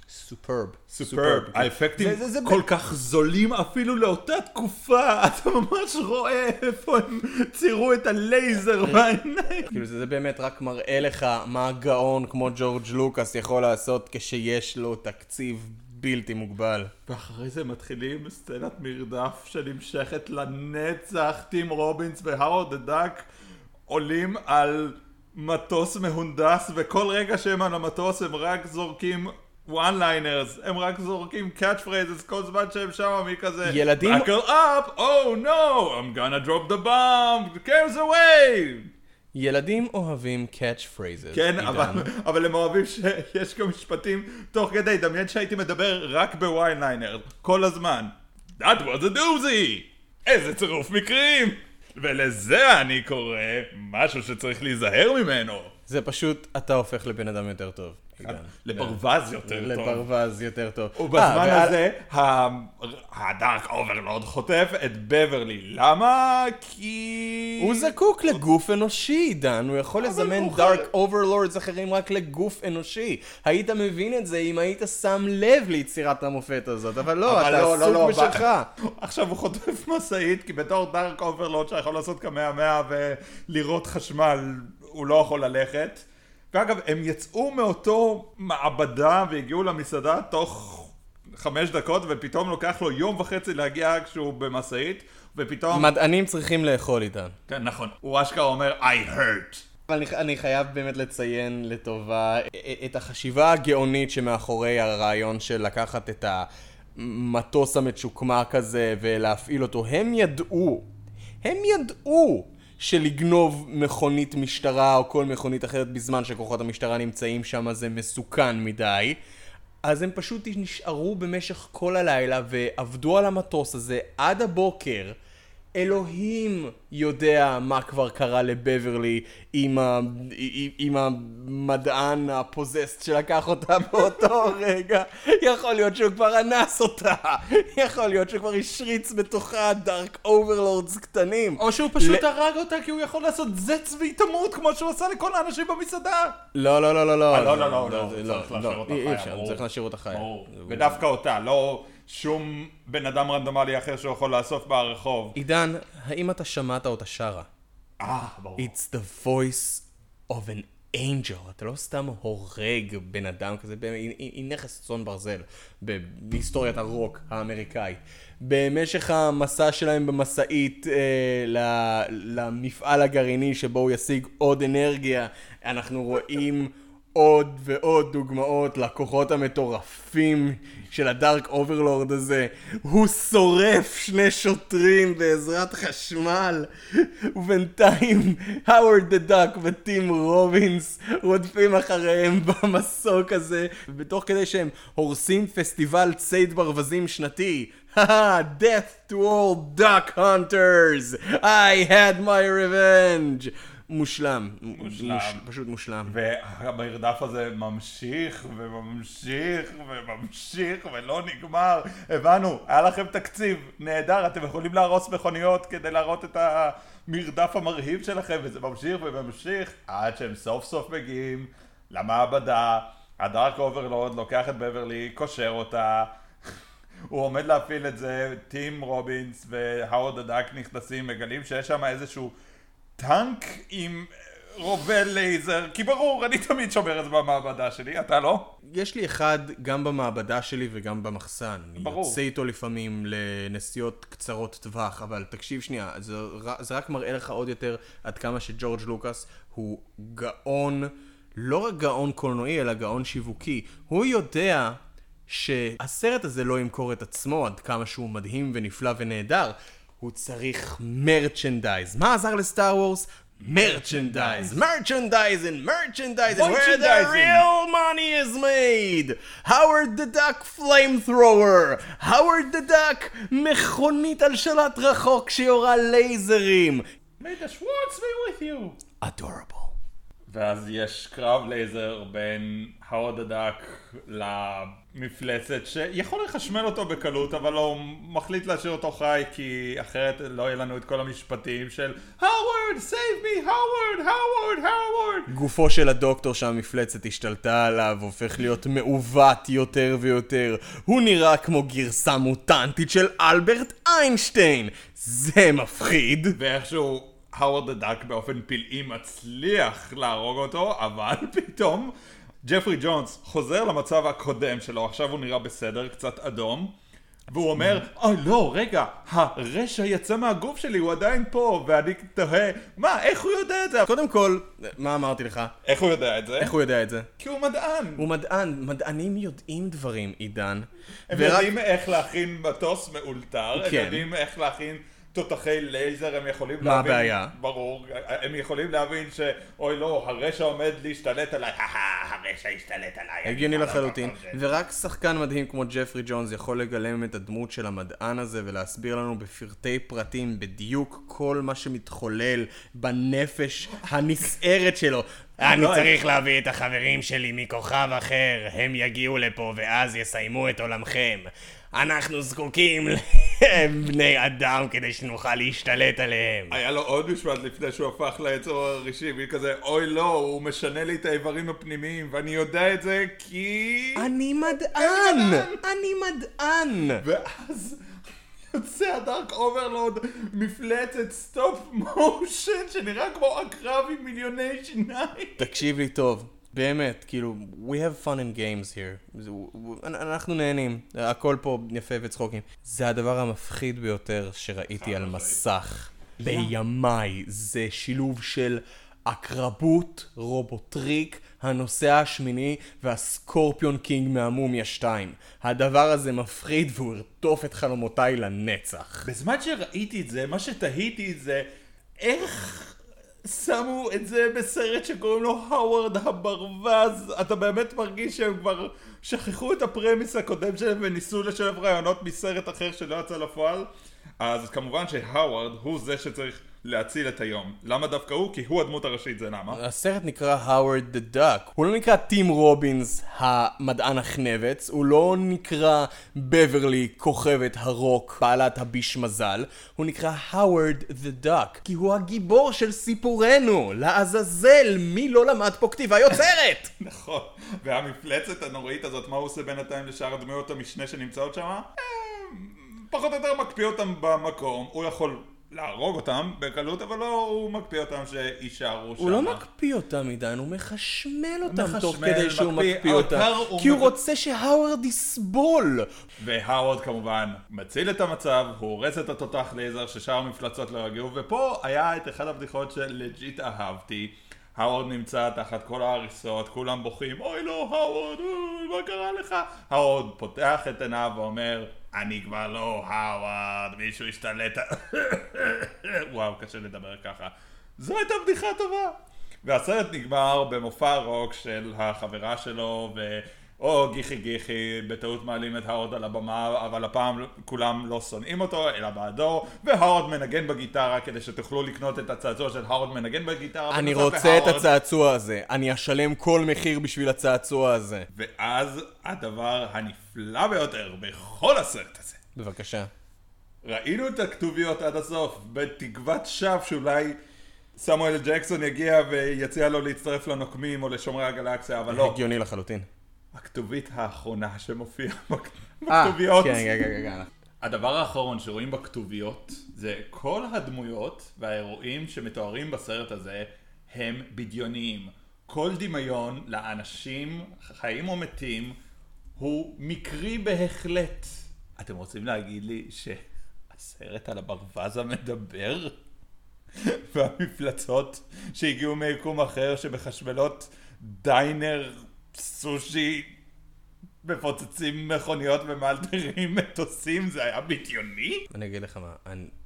סופרב. האפקטים כל כך זולים אפילו לאותה תקופה, אתה ממש רואה איפה הם צירו את הלייזר בעיניים. כאילו זה באמת רק מראה לך מה גאון כמו ג'ורג' לוקאס יכול לעשות כשיש לו תקציב בלתי מוגבל. ואחרי זה מתחילים סצנת מרדף שנמשכת לנצח. טים רובינס והרווארד הדק עולים על מטוס מהונדס, וכל רגע שהם על המטוס הם רק זורקים one-liners, הם רק זורקים catchphrases כל זמן שהם שם, מי כזה ילדים... Buckle up, oh no, I'm gonna drop the bomb, cares away. ילדים אוהבים catch phrases. כן, אבל הם אוהבים שיש גם משפטים תוך כדי. דמיין שהייתי מדבר רק בוויין-ליינר כל הזמן. That was a doozy! איזה צירוף מקרים! ולזה אני קורא משהו שצריך להיזהר ממנו. זה פשוט, אתה הופך לבן אדם יותר טוב. לברווז יותר טוב. לברווז יותר טוב. ובזמן הזה, הדארק אוברלורד חוטף את בברלי. למה? כי... הוא זקוק לגוף אנושי, דן. הוא יכול לזמן דארק אוברלורדס אחרים רק לגוף אנושי. היית מבין את זה אם היית שם לב ליצירת המופת הזאת, אבל לא, אתה עסוק בשלך. עכשיו הוא חוטף מסעית, כי בתור דארק אוברלורד שיכול לעשות כמה ולראות חשמל, הוא לא יכול ללכת. ואגב, הם יצאו מאותו מעבדה והגיעו למסעדה תוך 5 דקות, ופתאום לוקח לו 1.5 יום להגיע כשהוא במסעית, ופתאום... מדענים צריכים לאכול איתן. כן, נכון. הוא אשכרה אומר, I hurt. אבל אני חייב באמת לציין לטובה את החשיבה הגאונית שמאחורי הרעיון של לקחת את המטוס המצ'וקמק הזה ולהפעיל אותו. הם ידעו שלגנוב מכונית משטרה או כל מכונית אחרת בזמן שכוחות המשטרה נמצאים שם זה מסוכן מדי. אז הם פשוט נשארו במשך כל הלילה ועבדו על המטוס הזה עד הבוקר אלוהים יודע מה כבר קרה לבברלי עם המדען הפוזסט שלקח אותה באותו רגע. יכול להיות שהוא כבר אנס אותה. יכול להיות שהוא כבר השריץ בתוכה דארק אוברלורדס קטנים. או שהוא פשוט הרג אותה כי הוא יכול לעשות זץ והיא תמות כמו שהוא עשה לכל האנשים במסעדה. לא, לא, לא, לא, לא. לא, צריך להשאיר אותה חיה. צריך להשאיר אותה חיה. ודווקא אותה, לא שום בן אדם רנדומלי אחר שהוא יכול לאסוף ברחוב. עידן, האם אתה שמעת אותה שרה? ברור. It's the voice of an angel. אתה לא סתם הורג בן אדם כזה, היא נכס צאן ברזל בהיסטוריית הרוק האמריקאית. במשך המסע שלהם במסעית למפעל הגרעיני שבו הוא ישיג עוד אנרגיה, אנחנו רואים עוד ועוד דוגמאות לכוחות המטורפים של הדארק אוברלורד הזה. הוא שורף 2 שוטרים בעזרת חשמל, ובינתיים האוורד דה דאק וטים רובינס רודפים אחריהם במסוק הזה, ובתוך כדי שהם הורסים פסטיבל ציד ברווזים שנתי. Death to all duck hunters, I had my revenge. מושלם. פשוט מושלם. והמרדף הזה ממשיך וממשיך וממשיך ולא נגמר. הבנו, היה לכם תקציב נהדר, אתם יכולים להרוס מכוניות כדי להראות את המרדף המרהיב שלכם, וזה ממשיך וממשיך עד שהם סוף סוף מגיעים למעבדה. הדארק אוברלורד לוקח את בברלי, קושר אותה, הוא עומד להפעיל את זה, טים רובינס והאוורד דה דאק נכנסים, מגלים שיש שם איזשהו טנק עם רובה לייזר, כי ברור, אני תמיד שומר את זה במעבדה שלי, אתה לא? יש לי אחד גם במעבדה שלי וגם במחסן. ברור. אני יוצא איתו לפעמים לנסיעות קצרות טווח, אבל תקשיב שנייה, זה רק מראה לך עוד יותר עד כמה שג'ורג' לוקאס הוא גאון, לא רק גאון קולנועי, אלא גאון שיווקי. הוא יודע שהסרט הזה לא ימכור את עצמו עד כמה שהוא מדהים ונפלא ונהדר. הוא צריך מרצ'נדייז. מה עזר לסטאר וורס? מרצ'נדייז. מרצ'נדייזינג, where the real money is made. Howard the Duck flamethrower. Howard the Duck מכונית על שלט רחוק שיורה לייזרים. May the Schwartz be with you. Adorable. ואז יש קרב לייזר בין האוורד דה דאק למפלצת שיכול לחשמל אותו בקלות, אבל הוא מחליט להשאיר אותו חי כי אחרת לא יהיה לנו את כל המשפטים של האוורד, save me, האוורד, האוורד, האוורד. גופו של הדוקטור שהמפלצת השתלטה עליו הופך להיות מעוות יותר ויותר. הוא נראה כמו גרסה מוטנטית של אלברט איינשטיין. זה מפחיד. ואיכשהו האוורד דה דאק באופן פלאי מצליח להרוג אותו, אבל פתאום ג'פרי ג'ונס חוזר למצב הקודם שלו, עכשיו הוא נראה בסדר, קצת אדום, והוא אומר, אוי לא, רגע, הרשע יצא מהגוף שלי, הוא עדיין פה, ואני תוהה, מה, איך הוא יודע את זה? קודם כל, מה אמרתי לך? איך הוא יודע את זה? איך הוא יודע את זה? כי הוא מדען. הוא מדען, מדענים יודעים דברים, עידן. הם יודעים איך להכין מטוס מאולתר, הם כן. יודעים איך להכין תותחי לייזר, הם יכולים מה להבין, הבעיה? ברור, הם יכולים להבין שאוי לא, הרשע עומד להשתלט עליי, הרשע השתלט עליי. הגיוני לחלוטין, ורק שחקן מדהים כמו ג'פרי ג'ונס יכול לגלם את הדמות של המדען הזה ולהסביר לנו בפרטי פרטים בדיוק כל מה שמתחולל בנפש הנסערת שלו. אני צריך להביא את החברים שלי מכוכב אחר, הם יגיעו לפה ואז יסיימו את עולמכם. אנחנו זקוקים לבני אדם כדי שנוכל להשתלט עליהם. היה לו עוד משפט לפני שהוא הפך ליצור הראשי, וכזה, אוי לא, הוא משנה לי את האיברים הפנימיים, ואני יודע את זה כי... אני מדען! אני מדען! ואז יוצא הדארק אוברלורד, מפלצת סטופ מושן, שנראה כמו עקרב עם מיליוני שיניים. תקשיב לי טוב. באמת, כאילו, we have fun in games here. אנחנו נהנים, הכל פה יפה וצחוקים. זה הדבר המפחיד ביותר שראיתי על מסך בימיי. זה שילוב של אקרבות, רובוטריק, הנוסע השמיני והסקורפיון קינג מהמומיה 2. הדבר הזה מפחיד והוא הרטוף את חלומותיי לנצח. בזמן שראיתי את זה, מה שתהיתי זה איך שמו את זה בסרט שקוראים לו האוורד הברווז. אתה באמת מרגיש שהם כבר שכחו את הפרמיס הקודם שלהם וניסו לשלב רעיונות מסרט אחר שלא יצא לפועל. אז כמובן שהאוורד הוא זה שצריך להציל את היום. למה דווקא הוא? כי הוא הדמות הראשית, זה למה? הסרט נקרא האוורד דה דאק. הוא לא נקרא טים רובינס המדען החנבץ, הוא לא נקרא בברלי כוכבת הרוק בעלת הביש מזל, הוא נקרא האוורד דה דאק, כי הוא הגיבור של סיפורנו. לעזאזל, מי לא למד פה כתיבה יוצרת? נכון, והמפלצת הנוראית הזאת, מה הוא עושה בינתיים לשאר הדמויות המשנה שנמצאות שם? פחות או יותר מקפיא אותם במקום, הוא יכול להרוג אותם בקלות, אבל לא, הוא מקפיא אותם שישארו שם. הוא לא מקפיא אותם מדי, הוא מחשמל אותם תוך מחשמל, כדי שהוא מקפיא, מקפיא אותם, כי הוא רוצה שהאוורד יסבול. והאוורד כמובן מציל את המצב, הוא הורס את התותח לייזר ששאר המפלצות לא יגיעו, ופה היה את אחד הבדיחות שלג'יט אהבתי. האוורד נמצא תחת כל ההריסות, כולם בוכים, אוי לא, האוורד, מה קרה לך? האוורד פותח את עיניו ואומר, אני כבר לא האוורד, מישהו השתלט. וואו, קשה לדבר ככה. זו הייתה בדיחה טובה. והסרט נגמר במופע רוק של החברה שלו, או גיחי גיחי, בטעות מעלים את האוורד על הבמה, אבל הפעם כולם לא שונאים אותו, אלא בעדו, והאוורד מנגן בגיטרה, כדי שתוכלו לקנות את הצעצוע של האוורד מנגן בגיטרה. אני רוצה את הצעצוע הזה, אני אשלם כל מחיר בשביל הצעצוע הזה. ואז הדבר הנפלא ביותר בכל הסרט הזה. בבקשה. ראינו את הכתוביות עד הסוף, בתקוות שווא שאולי סמואל ג'קסון יגיע ויציע לו להצטרף לנוקמים או לשומרי הגלקסיה, אבל לא. הגיוני לחלוטין. הכתובית האחרונה שמופיעה בכתוביות. כן. הדבר האחרון שרואים בכתוביות זה כל הדמויות והאירועים שמתוארים בסרט הזה הם בדיוניים. כל דמיון לאנשים, חיים או מתים, הוא מקרי בהחלט. אתם רוצים להגיד לי שהסרט על הברווז המדבר? והמפלצות שהגיעו מיקום אחר שמחשמלות דיינר סושי מפוצצים מכוניות ומאלתרים מטוסים, זה היה בדיוני? אני אגיד לך מה,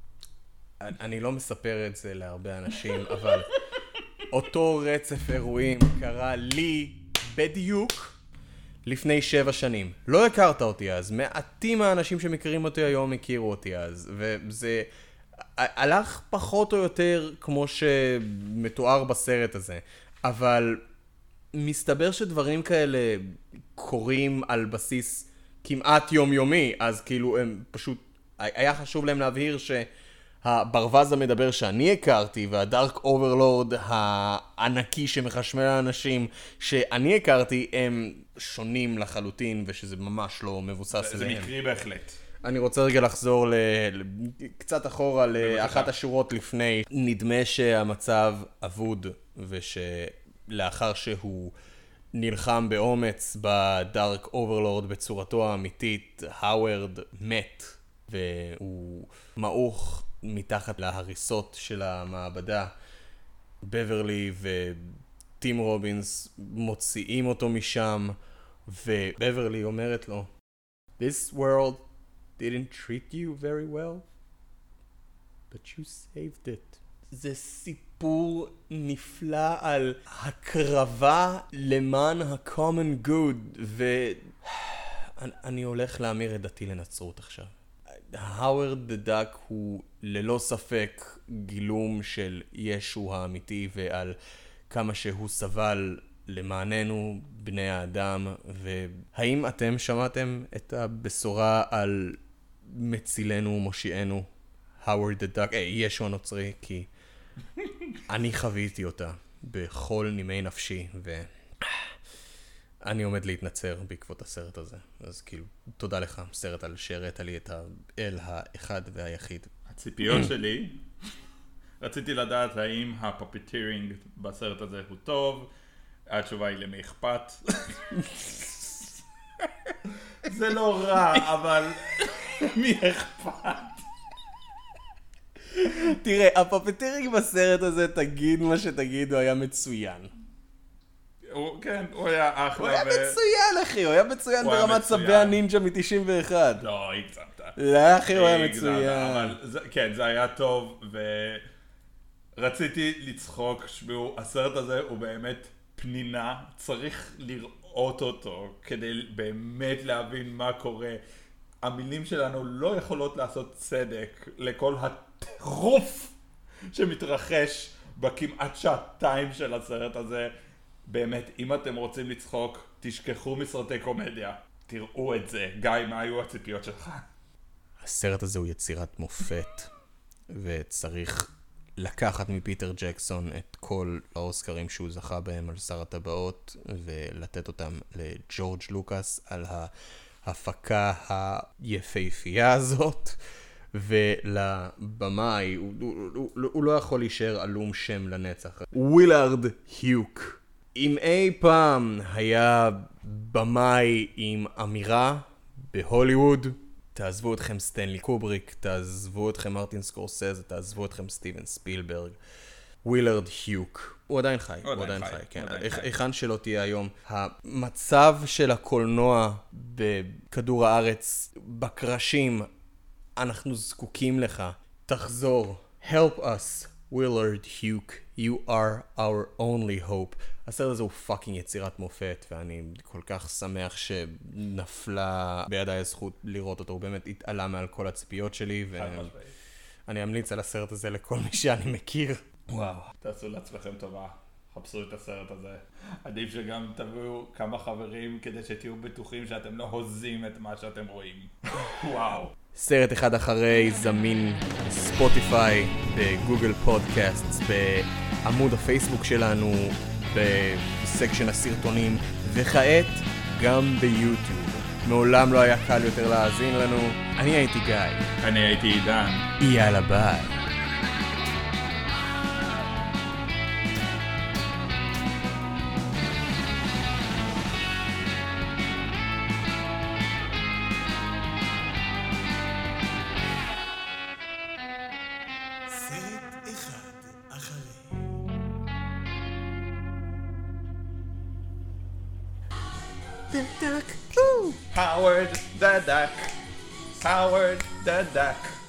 אני לא מספר את זה להרבה אנשים, אבל אותו רצף אירועים קרה לי בדיוק לפני 7 שנים. לא הכרת אותי אז, מעטים האנשים שמכירים אותי היום הכירו אותי אז, וזה הלך פחות או יותר כמו שמתואר בסרט הזה, אבל מסתבר שדברים כאלה קורים על בסיס כמעט יומיומי, אז כאילו הם פשוט, היה חשוב להם להבהיר שהברווז המדבר שאני הכרתי והדארק אוברלורד הענקי שמחשמל האנשים שאני הכרתי הם שונים לחלוטין ושזה ממש לא מבוסס זה עליהם. מקרי בהחלט. אני רוצה רגע לחזור קצת אחורה לאחת השורות לפני. נדמה שהמצב אבוד ושלאחר שהוא נלחם באומץ בדארק אוברלורד בצורתו האמיתית, האוורד מת והוא מעוך מתחת להריסות של המעבדה. בברלי וטים רובינס מוציאים אותו משם ובברלי אומרת לו, This world didn't treat you very well, but you saved it. זה סיפור נפלא על הקרבה למען ה-common good, ואני הולך להמיר את דתי לנצרות עכשיו. האוורד דה דאק הוא ללא ספק גילום של ישו האמיתי ועל כמה שהוא סבל למעננו בני האדם. והאם אתם שמעתם את הבשורה על מצילנו ומושיענו האוורד דה דאק, ישו הנוצרי? כי אני חוויתי אותה בכל נימי נפשי ואני עומד להתנצר בעקבות הסרט הזה. אז כאילו תודה לך סרט על שהראית לי את האל האחד והיחיד. הציפיות שלי, רציתי לדעת האם הפאפיטירינג בסרט הזה הוא טוב. התשובה היא למי אכפת. זה לא רע, אבל מי אכפת? תראה, הפאפיטירינג בסרט הזה, תגיד מה שתגיד, הוא היה מצוין. כן, הוא היה אחלה. הוא היה מצוין, אחי, הוא היה מצוין ברמת צבי הנינג'ה מ-91. לא, הגזמת. לא, אחי, הוא היה מצוין. אבל כן, זה היה טוב, ורציתי לצחוק, שבו, הסרט הזה הוא באמת פנינה, צריך לראות אותו כדי באמת להבין מה קורה. המילים שלנו לא יכולות לעשות צדק לכל הטירוף שמתרחש בכמעט שעתיים של הסרט הזה. באמת, אם אתם רוצים לצחוק, תשכחו מסרטי קומדיה. תראו את זה. גיא, מה היו הציפיות שלך? הסרט הזה הוא יצירת מופת, וצריך לקחת מפיטר ג'קסון את כל האוסקרים שהוא זכה בהם על שר הטבעות, ולתת אותם לג'ורג' לוקאס על ההפקה היפהפייה הזאת, ולבמאי, הוא לא יכול להישאר עלום שם לנצח. ווילארד היוק. אם אי פעם היה במאי עם אמירה בהוליווד, תעזבו אתכם סטנלי קובריק, תעזבו אתכם מרטין סקורסזה, תעזבו אתכם סטיבן ספילברג. ווילארד היוק. הוא עדיין חי, הוא עדיין חי, כן. היכן שלא תהיה היום. המצב של הקולנוע בכדור הארץ, בקרשים, אנחנו זקוקים לך. תחזור. Help us, Willard Hugh. You are our only hope. הסרט הזה הוא פאקינג יצירת מופת, ואני כל כך שמח שנפלה בידיי הזכות לראות אותו. הוא באמת התעלה מעל כל הציפיות שלי, ואני אמליץ על הסרט הזה לכל מי שאני מכיר. וואו. תעשו לעצמכם טובה. חפשו את הסרט הזה. עדיף שגם תביאו כמה חברים כדי שתהיו בטוחים שאתם לא הוזים את מה שאתם רואים. וואו. סרט אחד אחרי זמין בספוטיפיי, בגוגל פודקאסט, בעמוד הפייסבוק שלנו, בסקשן הסרטונים, וכעת גם ביוטיוב. מעולם לא היה קל יותר להאזין לנו. אני הייתי גיא. אני הייתי עידן. יאללה ביי. Howard the Duck. Howard the Duck.